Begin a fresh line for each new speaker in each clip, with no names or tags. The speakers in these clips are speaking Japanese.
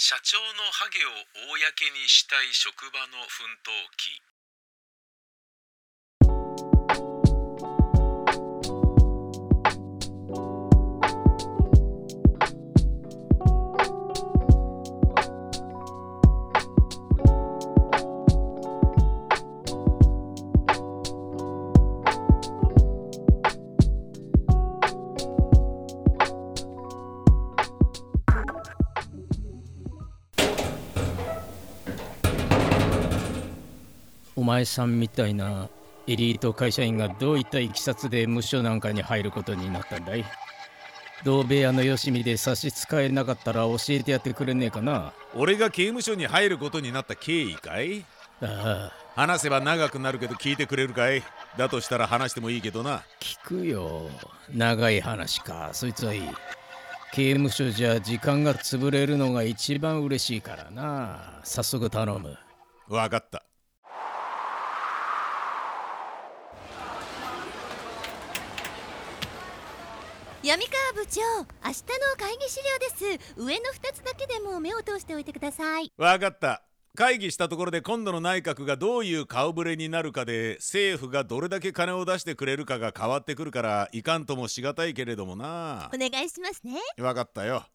社長のハゲを公にしたい職場の奮闘記。
お前さんみたいなエリート会社員がどういったいきさつで無所なんかに入ることになったんだい？同部屋のよしみで差し支えなかったら教えてやってくれねえかな。
俺が刑務所に入ることになった経緯かい？
ああ、
話せば長くなるけど聞いてくれるかい？だとしたら話してもいいけどな。
聞くよ。長い話か。そいつはいい。刑務所じゃ時間が潰れるのが一番嬉しいからな。早速頼む。
わかった。
闇川部長、明日の会議資料です。上の2つだけでも目を通しておいてください。
わかった。会議したところで今度の内閣がどういう顔ぶれになるかで政府がどれだけ金を出してくれるかが変わってくるからいかんともしがたいけれどもな。
お願いしますね。
わかったよ。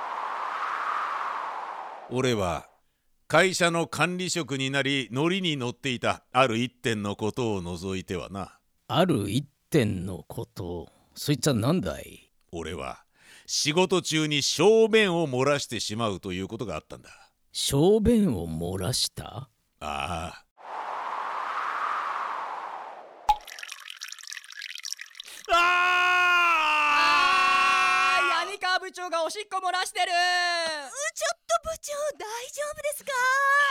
俺は会社の管理職になりノリに乗っていたある一点のことを除いてはな。
ある一点のこと？そいつは何だい？
俺は仕事中に小便を漏らしてしまうということがあったんだ。
小便を漏らした？
ああ。
闇川部長がおしっこ漏らしてる。
ちょっと部長、大丈夫ですか？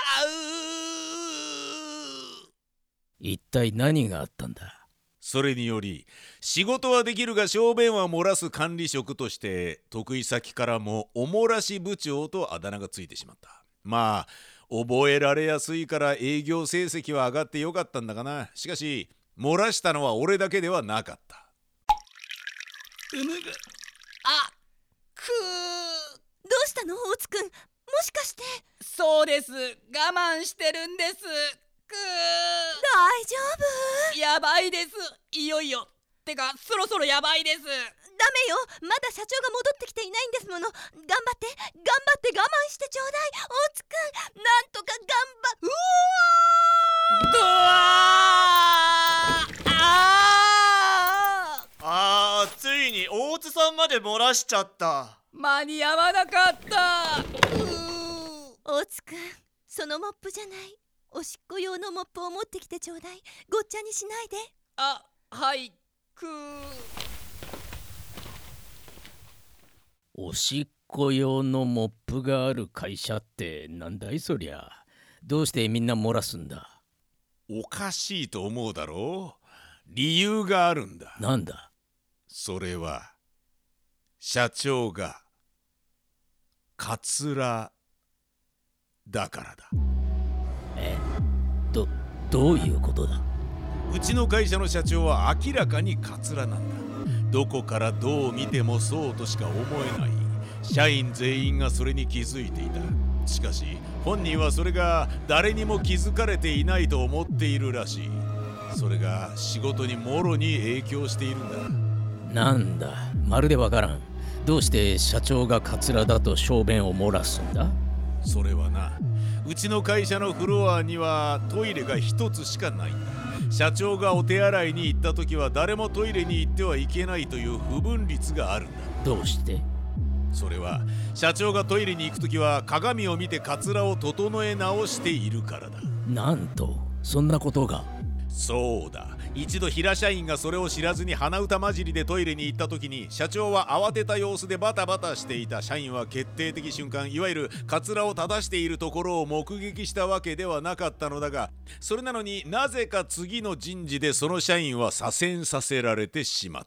一体何があったんだ？
それにより仕事はできるが小便は漏らす管理職として得意先からもお漏らし部長とあだ名がついてしまった。まあ覚えられやすいから営業成績は上がってよかったんだがな。しかし漏らしたのは俺だけではなかった。
うむぐ。あ、くー。
どうしたの大津くん、もしかして？
そうです、我慢してるんです。くー。
大丈夫？
やばいです。いよいよ。てかそろそろやばいです。
ダメよ、まだ社長が戻ってきていないんですもの。頑張って我慢してちょうだい。大津くん、なんとかう
わー。
ついに大津さんまで漏らしちゃった。
間に合わなかった。
大津くん、そのモップじゃない。おしっこ用のモップを持ってきてちょうだい。ごっちゃにしないで。
あ、はい。
おしっこ用のモップがある会社ってなんだいそりゃ。どうしてみんな漏らすんだ？
おかしいと思うだろう。理由があるんだ。
なんだ？
それは社長がカツラだからだ。
どういうことだ？
うちの会社の社長は明らかにカツラなんだ。どこからどう見てもそうとしか思えない。社員全員がそれに気づいていた。しかし本人はそれが誰にも気づかれていないと思っているらしい。それが仕事にもろに影響しているんだ。
なんだ、まるでわからん。どうして社長がカツラだと小便を漏らすんだ？
それはな、うちの会社のフロアにはトイレが一つしかないんだ。社長がお手洗いに行った時は誰もトイレに行ってはいけないという不分率があるんだ。
どうして？
それは社長がトイレに行く時は鏡を見てカツラを整え直しているからだ。
なんと、そんなことが。
そうだ。一度平社員がそれを知らずに鼻歌混じりでトイレに行った時に社長は慌てた様子でバタバタしていた。社員は決定的瞬間、いわゆるカツラを正しているところを目撃したわけではなかったのだが、それなのになぜか次の人事でその社員は左遷させられてしまった。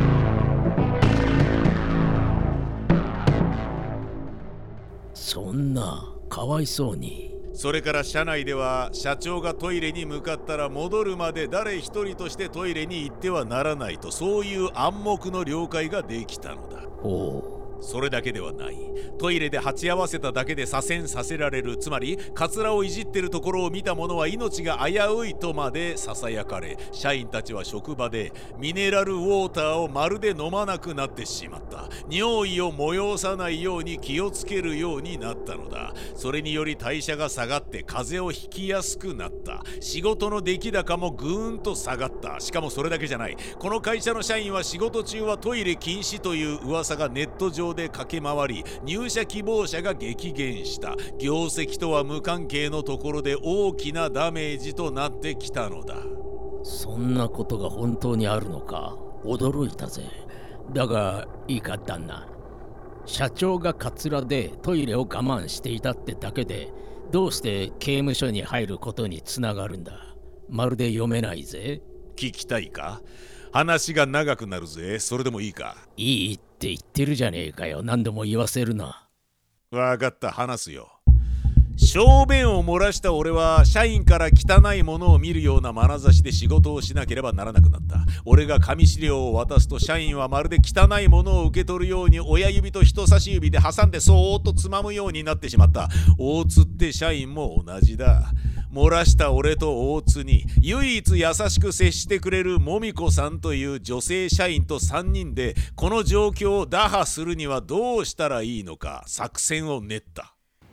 そんな、かわいそうに。
それから社内では社長がトイレに向かったら戻るまで誰一人としてトイレに行ってはならないと、そういう暗黙の了解ができたのだ。
ほ
それだけではない。トイレで鉢合わせただけで左遷させられる、つまりカツラをいじってるところを見た者は命が危ういとまでささやかれ、社員たちは職場でミネラルウォーターをまるで飲まなくなってしまった。尿意を催さないように気をつけるようになったのだ。それにより代謝が下がって風邪をひきやすくなった。仕事の出来高もぐーんと下がった。しかもそれだけじゃない。この会社の社員は仕事中はトイレ禁止という噂がネット上で駆け回り、入社希望者が激減した。業績とは無関係のところで大きなダメージとなってきたのだ。
そんなことが本当にあるのか。驚いたぜ。だがいいか旦那、社長がカツラでトイレを我慢していたってだけでどうして刑務所に入ることにつながるんだ。まるで読めないぜ。
聞きたいか？話が長くなるぜ。それでもいいか？
いいって言ってるじゃねえかよ。何度も言わせるな。
わかった、話すよ。小便を漏らした俺は社員から汚いものを見るような眼差しで仕事をしなければならなくなった。俺が紙資料を渡すと社員はまるで汚いものを受け取るように親指と人差し指で挟んでそーっとつまむようになってしまった。大津って社員も同じだ。漏らした俺と大津に唯一優しく接してくれるもみこさんという女性社員と3人でこの状況を打破するにはどうしたらいいのか作戦を練った。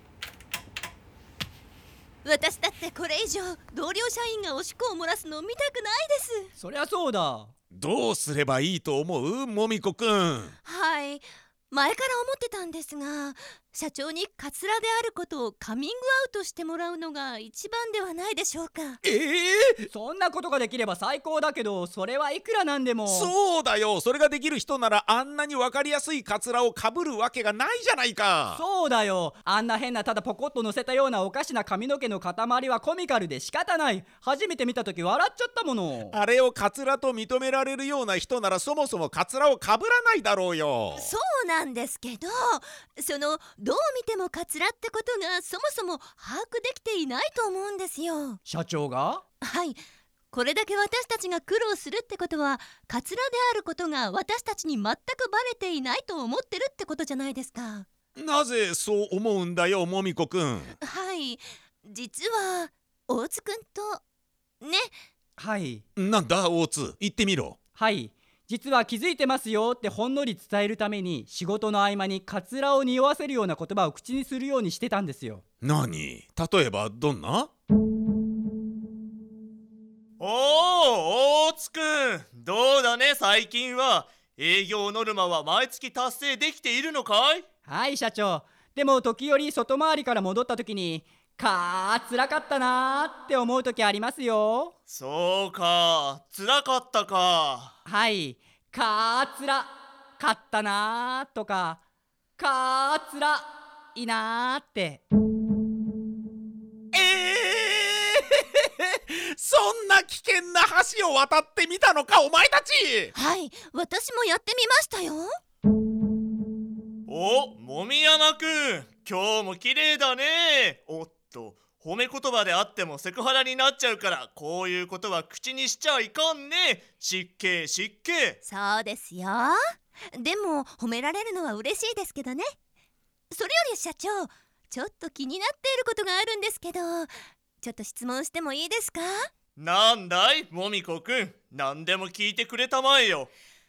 私だってこれ以上同僚社員がおしっこを漏らすのを見たくないです。
そりゃそうだ。
どうすればいいと思う？もみこくん。
はい、前から思ってたんですが、社長にカツラであることをカミングアウトしてもらうのが一番ではないでしょうか。
そんなことができれば最高だけど、それはいくらなんでも。
そうだよ。それができる人ならあんなに分かりやすいカツラをかぶるわけがないじゃないか。
そうだよ。あんな変なただポコッと乗せたようなおかしな髪の毛の塊はコミカルで仕方ない。初めて見た時笑っちゃったもの。
あれをカツラと認められるような人ならそもそもカツラをかぶらないだろうよ。
そうなんですけど、どう見てもカツラってことがそもそも把握できていないと思うんですよ。
社長が？
はい、これだけ私たちが苦労するってことはカツラであることが私たちに全くバレていないと思ってるってことじゃないですか。
なぜそう思うんだよ、もみこくん。
はい、実は大津くんとね。
はい。
なんだ大津、言ってみろ。
はい、実は気づいてますよってほんのり伝えるために仕事の合間にカツラを匂わせるような言葉を口にするようにしてたんですよ。
何？例えばどんな？
おー、大津くん、どうだね最近は。営業ノルマは毎月達成できているのかい？
はい社長。でも時折外回りから戻った時に辛かったなーって思う時ありますよ。
そうか、辛かったか。
はい、辛かったなーとか辛いなーって。
そんな危険な橋を渡ってみたのかお前たち。
はい、私もやってみましたよ。
お、もみ山くん、今日も綺麗だね。おっと、褒め言葉であってもセクハラになっちゃうからこういうことは口にしちゃいかんね。失敬失敬。
そうですよ。でも褒められるのは嬉しいですけどね。それより社長、ちょっと気になっていることがあるんですけど、ちょっと質問してもいいですか？
なんだいもみこくん、何でも聞いてくれたまえよ。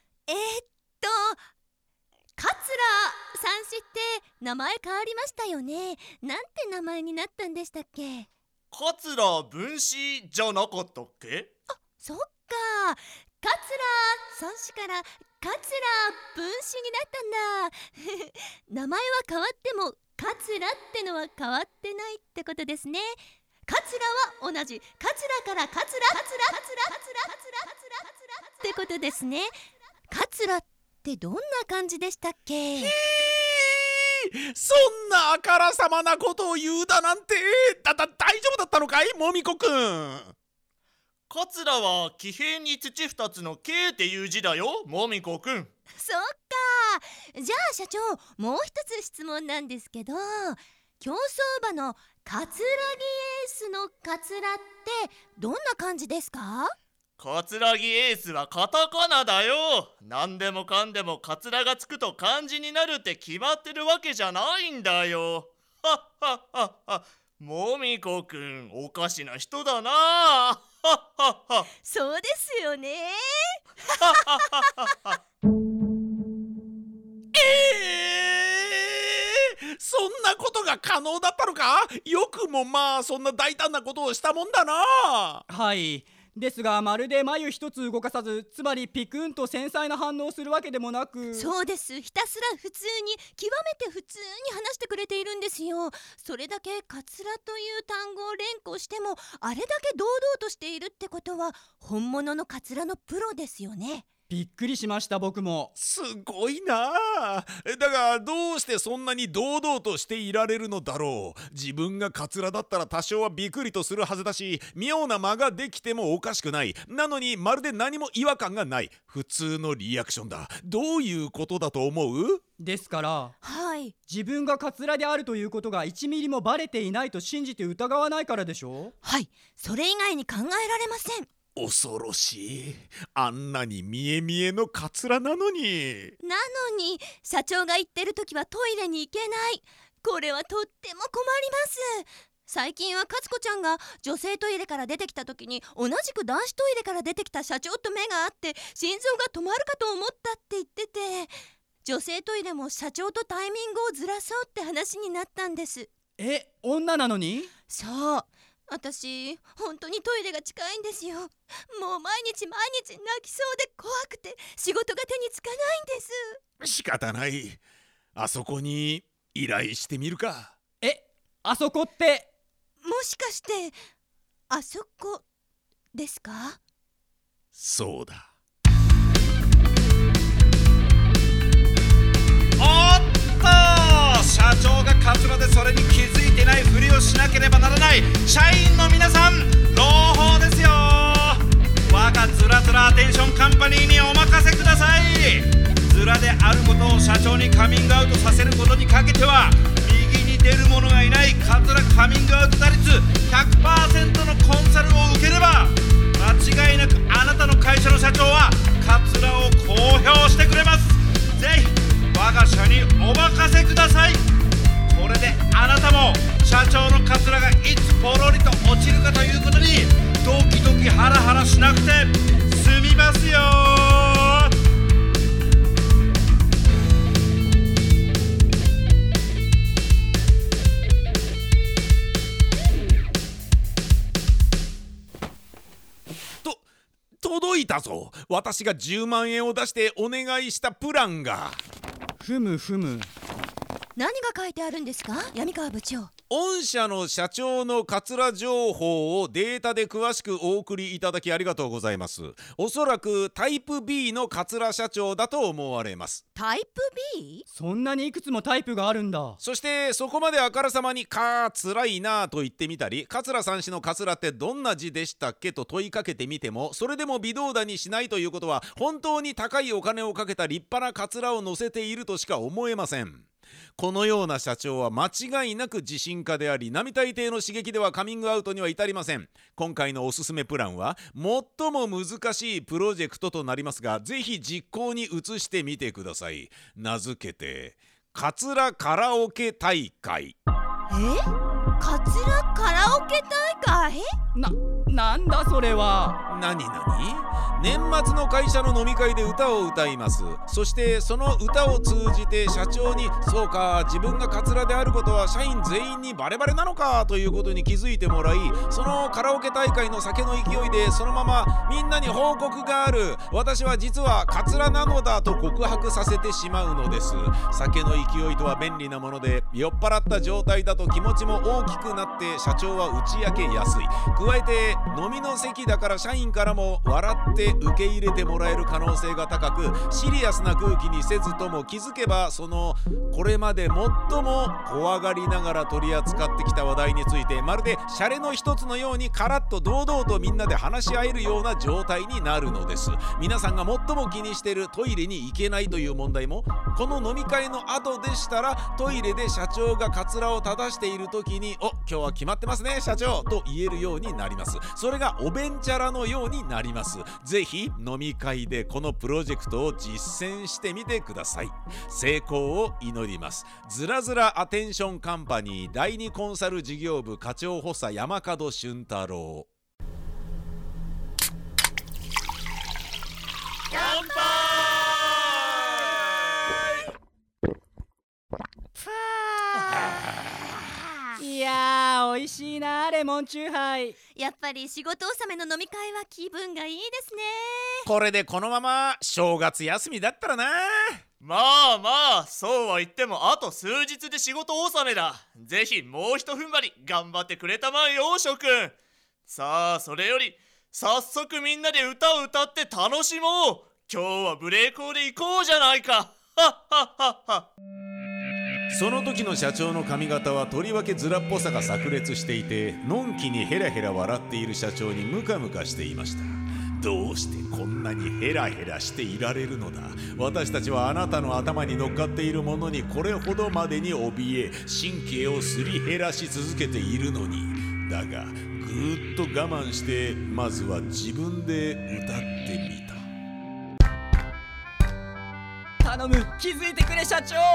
カツラさんしって名前変わりましたよね。なんて名前になったんでしたっけ？
桂文枝じゃなかったっけ？
あ、そっか。カツラさんしからカツラ分子になったんだ。名前は変わってもカツラってのは変わってないってことですね。カツラは同じ。カツラからカツラってことですね。カツラってどんな感じでしたっけ？
そんなあからさまなことを言うだなんて。大丈夫だったのかいもみこくん。
桂は木偏に土二つの慶っていう字だよもみこくん。
そっか。じゃあ社長、もう一つ質問なんですけど、競走馬のカツラギエースのカツラってどんな感じですか？
桂木エースはカタカナだよ。何でもかんでもカツラがつくと漢字になるって決まってるわけじゃないんだよ。はっはっはっは。もみこくん、おかしな人だな。はっはっは。
そうですよね。
そんなことが可能だったのか。よくもまあそんな大胆なことをしたもんだな。
はい。ですがまるで眉一つ動かさず、つまりピクンと繊細な反応をするわけでもなく。
そうです。ひたすら普通に、極めて普通に話してくれているんですよ。それだけカツラという単語を連呼しても、あれだけ堂々としているってことは本物のカツラのプロですよね。
びっくりしました。僕も
すごいな。だがどうしてそんなに堂々としていられるのだろう。自分がカツラだったら多少はビクリとするはずだし、妙な間ができてもおかしくない。なのにまるで何も違和感がない。普通のリアクションだ。どういうことだと思う？
ですから、
はい。
自分がカツラであるということが1ミリもバレていないと信じて疑わないからでしょう。
はい。それ以外に考えられません。
恐ろしい。あんなに見え見えのカツラなのに。
なのに社長が言ってるときはトイレに行けない。これはとっても困ります。最近は勝子ちゃんが女性トイレから出てきたときに、同じく男子トイレから出てきた社長と目が合って心臓が止まるかと思ったって言ってて、女性トイレも社長とタイミングをずらそうって話になったんです。
女なのに？
そう。私本当にトイレが近いんですよ。もう毎日泣きそうで怖くて仕事が手につかないんです。
仕方ない。あそこに依頼してみるか。
あそこって。
もしかしてあそこですか？
そうだ。
おっと、社長がカツラでそれに気づいてないふりをしなければならない社員の皆さん、朗報ですよ。我がズラズラアテンションカンパニーにお任せください。ズラであることを社長にカミングアウトさせることにかけては、右に出る者がいないカツラカミングアウト打率 100% のコンサルを受ければ、間違いなくあなたの会社の社長はカツラを公表してくれます。ぜひ我が社にお任せください。これであなたも社長のカツラがいつポロリと落ちるかということにドキドキハラハラしなくて済みますよ。
届いたぞ。私が10万円を出してお願いしたプランが。
ふむふむ。
何が書いてあるんですか、闇川部長。
御社の社長のカツラ情報をデータで詳しくお送りいただきありがとうございます。おそらくタイプ B のカツラ社長だと思われます。
タイプ B？
そんなにいくつもタイプがあるんだ。
そしてそこまであからさまにかつらいなと言ってみたり、桂さん氏のカツラってどんな字でしたっけと問いかけてみても、それでも微動だにしないということは、本当に高いお金をかけた立派なカツラを乗せているとしか思えません。このような社長は間違いなく自信家であり、並大抵の刺激ではカミングアウトには至りません。今回のおすすめプランは最も難しいプロジェクトとなりますが、ぜひ実行に移してみてください。名付けてカツラカラオケ大会。
カツラカラオケ大会？
なんだそれは。
何年末の会社の飲み会で歌を歌います。そしてその歌を通じて社長に、そうか、自分がカツラであることは社員全員にバレバレなのかということに気づいてもらい、そのカラオケ大会の酒の勢いでそのままみんなに報告がある、私は実はカツラなのだと告白させてしまうのです。酒の勢いとは便利なもので、酔っ払った状態だと気持ちも大きくなって社長は打ち明けやすい。加えて飲みの席だから社員からも笑って受け入れてもらえる可能性が高く、シリアスな空気にせずとも気づけば、そのこれまで最も怖がりながら取り扱ってきた話題について、まるでシャレの一つのようにカラッと堂々とみんなで話し合えるような状態になるのです。皆さんが最も気にしているトイレに行けないという問題も、この飲み会の後でしたらトイレで社長がカツラを正している時に、今日は決まってますね社長と言えるようになります。それがおべんちゃらのようになります。ぜひ飲み会でこのプロジェクトを実践してみてください。成功を祈ります。ずらずらアテンションカンパニー第2コンサル事業部課長補佐山門俊太郎。
乾杯。
いやー、美味しいなレモンチューハイ。
やっぱり仕事納めの飲み会は気分がいいですね。
これでこのまま正月休みだったらな。
まあまあ、そうは言ってもあと数日で仕事納めだ。ぜひもうひと踏ん張り頑張ってくれたまえよ諸君。さあそれより早速みんなで歌を歌って楽しもう。今日は無礼講で行こうじゃないか。はっはっはっは。
その時の社長の髪型はとりわけずらっぽさが炸裂していて、のんきにヘラヘラ笑っている社長にムカムカしていました。どうしてこんなにヘラヘラしていられるのだ。私たちはあなたの頭に乗っかっているものにこれほどまでに怯え、神経をすり減らし続けているのに。だがぐーっと我慢してまずは自分で歌ってみた。
頼む、気づいてくれ社長。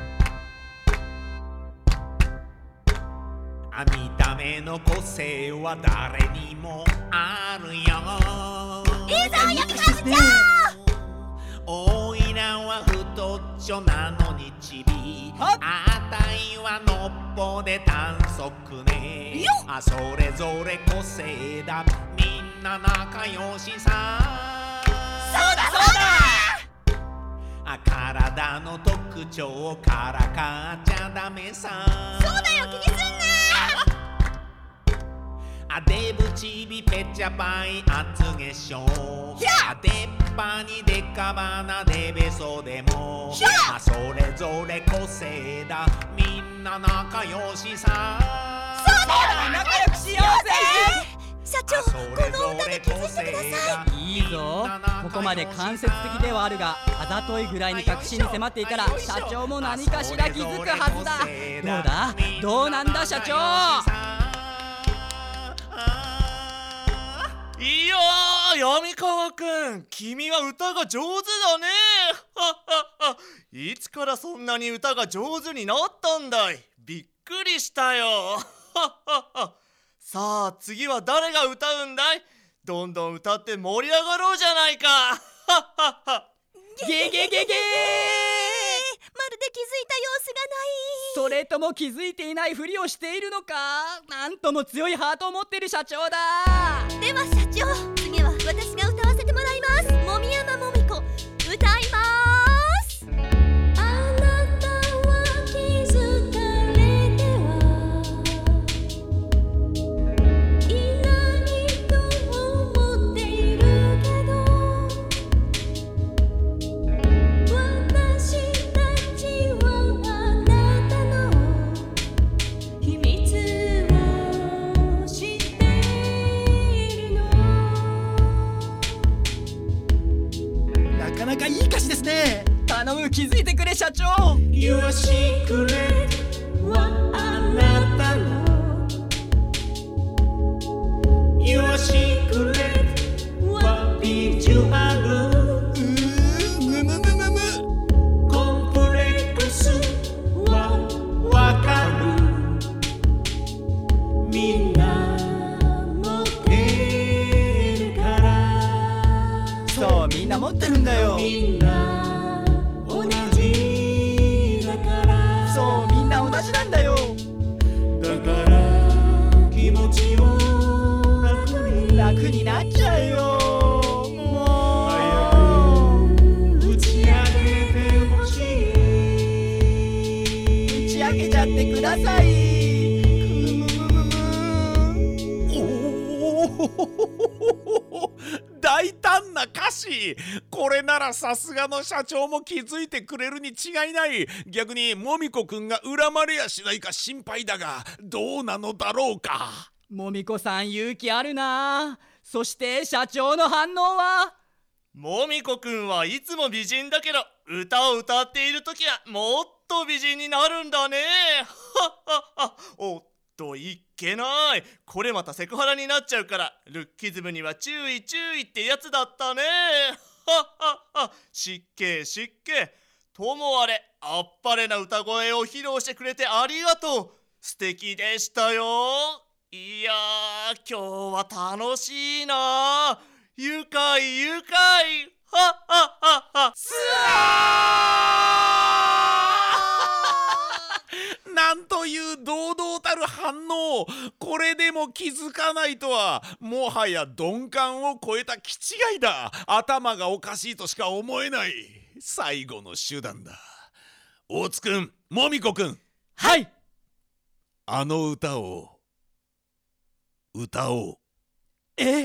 見た目の個性は誰にもあるよ。
いいぞ闇川部長。
おいらは太っちょなのにちび、あたいはのっぽで短足ね。それぞれ個性だ、みんな仲良しさ。
そうだそうだ。
体の特徴からかっちゃダメさ。
そうだよ、気にすんな。
デブチビペチャパイ厚化粧、出っ歯にデカバナデベソでも、それぞれ個性だ、みんな仲良しさ。
そうだ、仲良くしようぜ。
社長、この歌で気づいてください。
いいぞ。ここまで間接的ではあるが、あざといぐらいに確信に迫っていたら社長も何かしら気づくはずだ。どうだ、どうなんだ社長。
いやー、闇川くん、君は歌が上手だね。いつからそんなに歌が上手になったんだい。びっくりしたよ。さあ次は誰が歌うんだい。どんどん歌って盛り上がろうじゃないか。
ゲゲゲゲー。
まるで気づいた様子がない。
それとも気づいていないふりをしているのか。なんとも強いハートを持っている社長だ。
では社長、次は私が歌わせてもらいます。もみやまもみこ、歌います。あなたは気づかれてはいないと思っているけど、私たちはあなたの秘密を知っているの。
なかなかいい歌詞ですね。頼む、気づいてくれ社長。
Your secret はあなたの Your secret はビジュアル。
むむむむむ。
コンプレックスはわかる。みんな持ってるから。
そう、みんな持ってるんだよ。
みんな同じだから。
そう、みんな同じなんだよ。
だから気持ちを
楽になっちゃうよ。もう
早く打ち上げてほしい。
打ち上げちゃってください。むむむむ。
おお、大胆な歌詞。これならさすがの社長も気づいてくれるに違いない。逆にもみこくんが恨まれやしないか心配だが、どうなのだろうか。
もみこさん勇気あるな。そして社長の反応は。
もみこくんはいつも美人だけど、歌を歌っているときはもっと美人になるんだね。おっといけない。これまたセクハラになっちゃうから、ルッキズムには注意ってやつだったね。失敬。ともあれ、あっぱれな歌声を披露してくれてありがとう。素敵でしたよ。いやー、今日は楽しいな。愉快。
なんという堂々たる反応。これでも気づかないとは、もはや鈍感を超えた気違いだ。頭がおかしいとしか思えない。最後の手段だ。大津くん、もみこくん。
はい。
あの歌を歌おう。
あの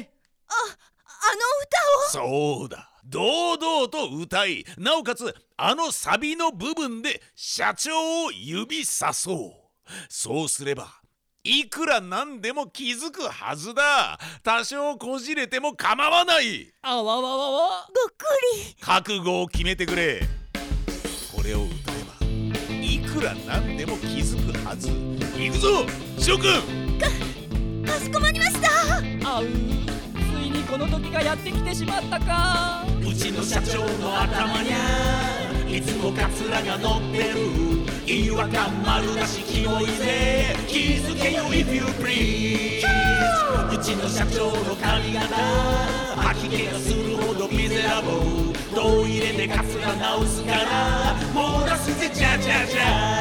歌を。
そうだ、堂々と歌い、なおかつあのサビの部分で社長を指さそう。そうすればいくらなんでも気づくはずだ。多少こじれても構わない。
あわわわわ。
ごっくり。
覚悟を決めてくれ。これを歌えばいくらなんでも気づくはず。行くぞ諸君。
かしこまりました。
あう、ついにこの時がやってきてしまったか。
うちの社長の頭にゃいつもカツラが乗ってる。違和感丸出しキモいぜ。気づけよ if you please。 うちの社長の髪型吐き気がするほどミゼラボー。トイレでカツラ直すから漏らすぜジャジャジャ。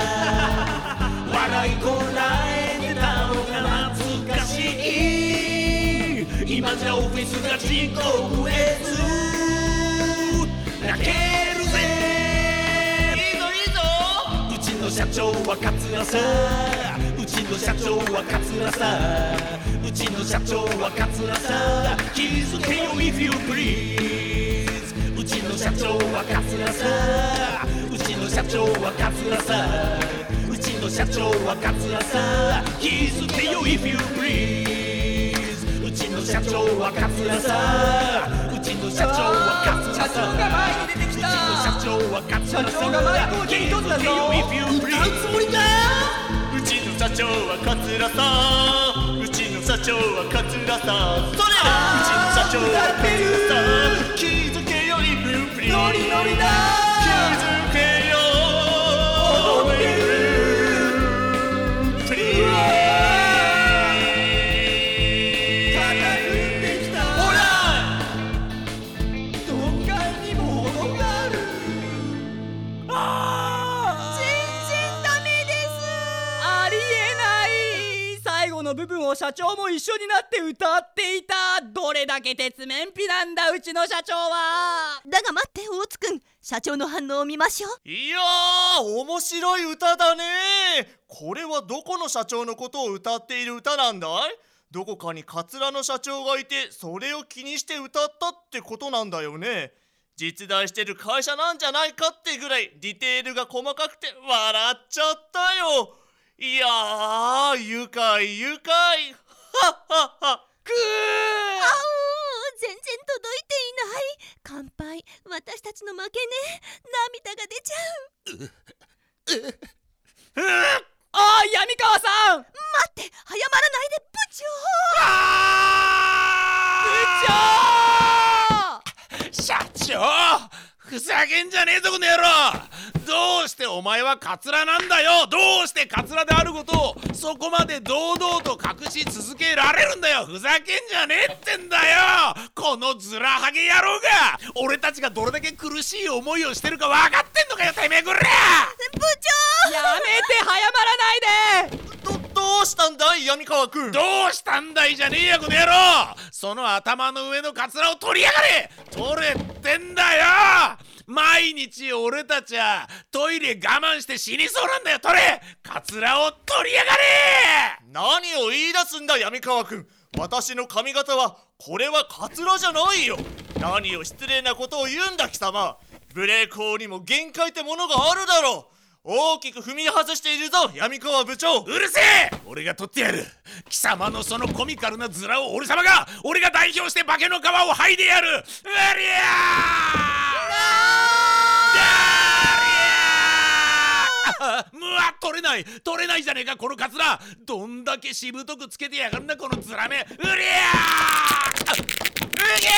笑いこらえてたのが懐かしい。今じゃオフィスが人口増えず泣けるぜ。いいぞうちの社長はカツラさ。うちの社長はカツラさ。うちの社長はカツラさ。気づけよ if you please。 うちの社長はカツラさ。うちの社長はカツラさ。うちの社長はカツラさ。気づけよ if you please。 うちの社長はカツラさ。うちの社長はカツラさ。
社長が前に出てきた。
社長はカツラさ。
社長がマイクを手に取ったぞ。
歌うつもりか。
うちの社長はカツラさ。うちの社長はカツラさ。それうちの社長はカツラさ。気づけよ if you please。
ノリノリだ。
気づけよ
踊ってる。の部分を社長も一緒になって歌っていた。どれだけ鉄面皮なんだうちの社長は。
だが待って大津くん、社長の反応を見ましょう。
いやー、面白い歌だね。これはどこの社長のことを歌っている歌なんだい？どこかにカツラの社長がいて、それを気にして歌ったってことなんだよね。実在してる会社なんじゃないかってぐらいディテールが細かくて笑っちゃったよ。いやー、愉快。はっはっは。
全然届いていない。乾杯。私たちの負けね。涙が出ちゃう。
あー、闇川さん、
待って、早まらないで部長。
社長、ふざけんじゃねえぞこの野郎。どうしてお前はカツラなんだよ。どうしてカツラであることをそこまで堂々と隠し続けられるんだよ。ふざけんじゃねえってんだよ、このズラハゲ野郎が。俺たちがどれだけ苦しい思いをしてるか分かってんのかよ、てめえこりゃ。
部長、
やめて、早まらないで。
どうしたんだい闇川くん。
どうしたんだいじゃねえやこの野郎。その頭の上のカツラを取りやがれ。取れってんだよ。毎日俺たちはトイレ我慢して死にそうなんだよ。取れ、カツラを取りやがれ。
何を言い出すんだ闇川くん。私の髪型はこれはカツラじゃないよ。何を失礼なことを言うんだ貴様。ブレーコーにも限界ってものがあるだろう。大きく踏み外しているぞ闇川部長。
うるせえ、俺が取ってやる。貴様のそのコミカルなズラを俺が代表して化けの皮を剥いでやる。うりゃー取れないじゃねえかこのカツラ。どんだけしぶとくつけてやがるんだこのズラめ。うりゃーうぎゃ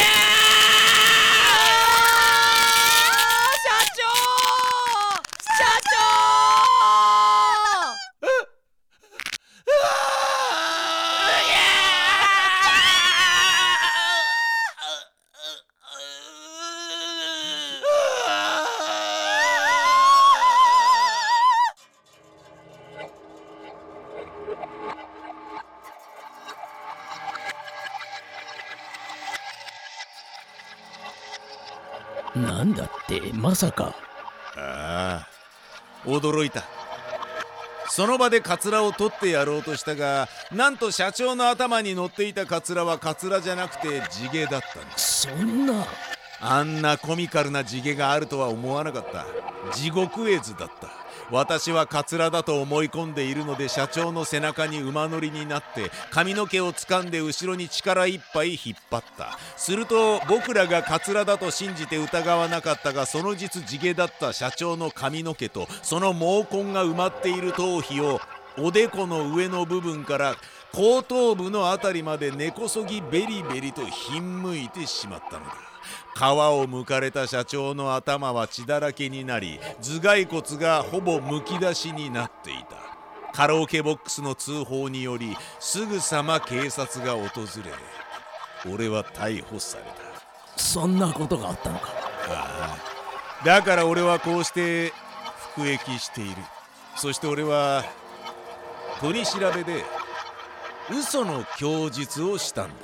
なんだってまさか。
ああ、驚いた。その場でカツラを取ってやろうとしたが、なんと社長の頭に乗っていたカツラはカツラじゃなくて地毛だったんだ。
そんな。
あんなコミカルな地毛があるとは思わなかった。地獄絵図だった。私はカツラだと思い込んでいるので、社長の背中に馬乗りになって髪の毛を掴んで後ろに力いっぱい引っ張った。すると僕らがカツラだと信じて疑わなかったが、その実地毛だった社長の髪の毛とその毛根が埋まっている頭皮をおでこの上の部分から後頭部のあたりまで根こそぎベリベリとひんむいてしまったのだ。皮をむかれた社長の頭は血だらけになり、頭蓋骨がほぼむき出しになっていた。カラオケボックスの通報によりすぐさま警察が訪れ、俺は逮捕された。
そんなことがあったのか。
ああ、だから俺はこうして服役している。そして俺は取り調べで嘘の供述をしたんだ。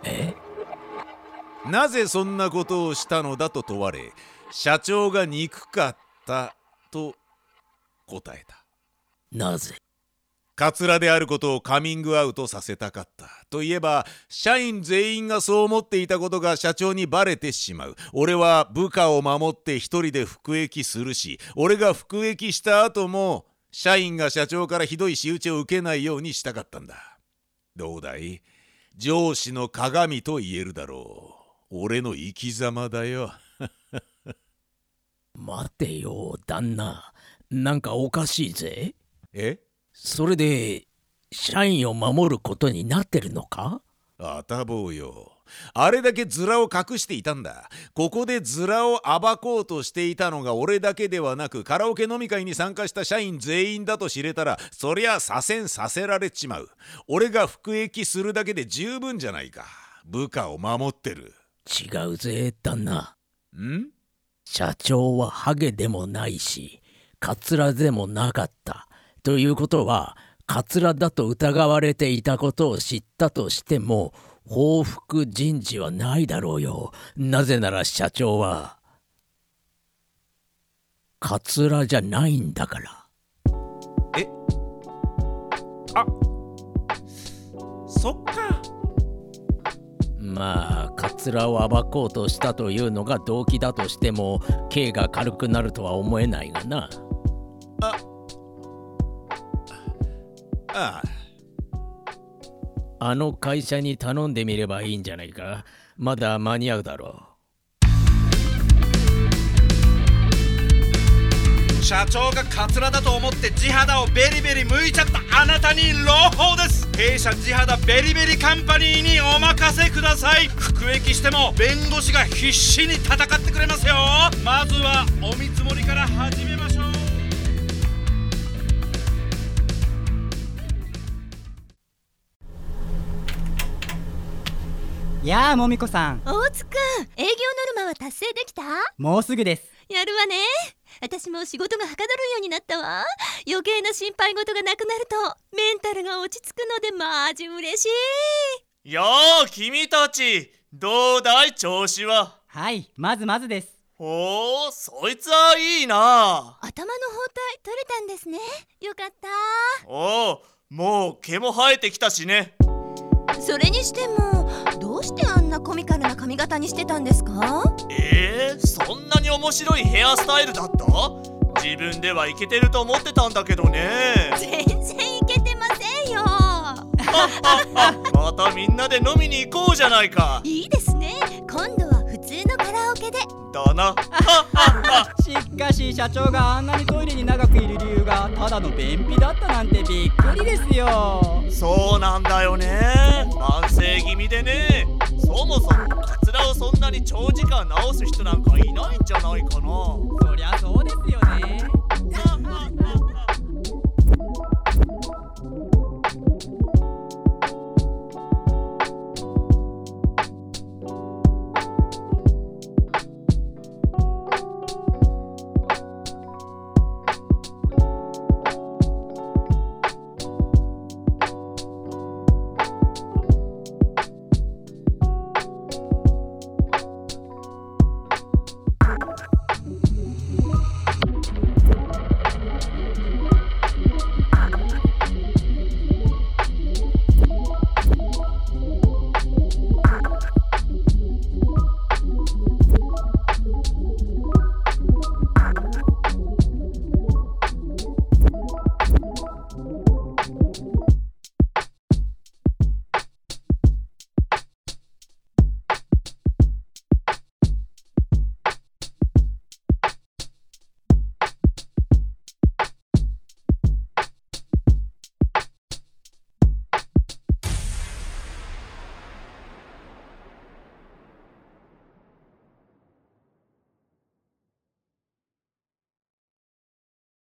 なぜそんなことをしたのだと問われ、社長が憎かったと答えた。
なぜ？
カツラであることをカミングアウトさせたかった。といえば社員全員がそう思っていたことが社長にバレてしまう。俺は部下を守って一人で服役するし、俺が服役した後も社員が社長からひどい仕打ちを受けないようにしたかったんだ。どうだい？上司の鏡と言えるだろう。俺の生き様だよ。
待てよ旦那、なんかおかしいぜ。
そ
れで社員を守ることになってるのか？
あたぼうよ。あれだけズラを隠していたんだ。ここでズラを暴こうとしていたのが俺だけではなく、カラオケ飲み会に参加した社員全員だと知れたら、そりゃ左遷させられちまう。俺が服役するだけで十分じゃないか。部下を守ってる。
違うぜ旦那。社長はハゲでもないしカツラでもなかった。ということはカツラだと疑われていたことを知ったとしても報復人事はないだろうよ。なぜなら社長はカツラじゃないんだから。
そっか。
まあカツラを暴こうとしたというのが動機だとしても刑が軽くなるとは思えないがな。あの会社に頼んでみればいいんじゃないか。まだ間に合うだろ
う。社長がカツラだと思って地肌をベリベリ剥いちゃったあなたに朗報です。弊社地肌ベリベリカンパニーにお任せください。服役しても弁護士が必死に戦ってくれますよ。まずはお見積もりから始めましょう。
やあもみこさん。
大津くん、営業ノルマは達成できた？
もうすぐです。
やるわね。私も仕事がはかどるようになったわ。余計な心配事がなくなるとメンタルが落ち着くのでマジ嬉しい。
やあ君たち、どうだい調子は？
はい、まずまずです。
おお、そいつはいいな。
頭の包帯取れたんですね。よかった。
おお、もう毛も生えてきたしね。
それにしてもどうしてあんなコミカルな髪型にしてたんですか？
そんなに面白いヘアスタイルだった？自分ではイケてると思ってたんだけどね。
全然イケてませんよ。
またみんなで飲みに行こうじゃないか。
いいですね。今度は普通のカラオケで。
だな
しかし社長があんなにトイレに長くいる理由がただの便秘だったなんてびっくりですよ。
そうなんだよね。慢性気味でね。そもそもカツラをそんなに長時間直す人なんかいないんじゃないかな。
そりゃそうですよね。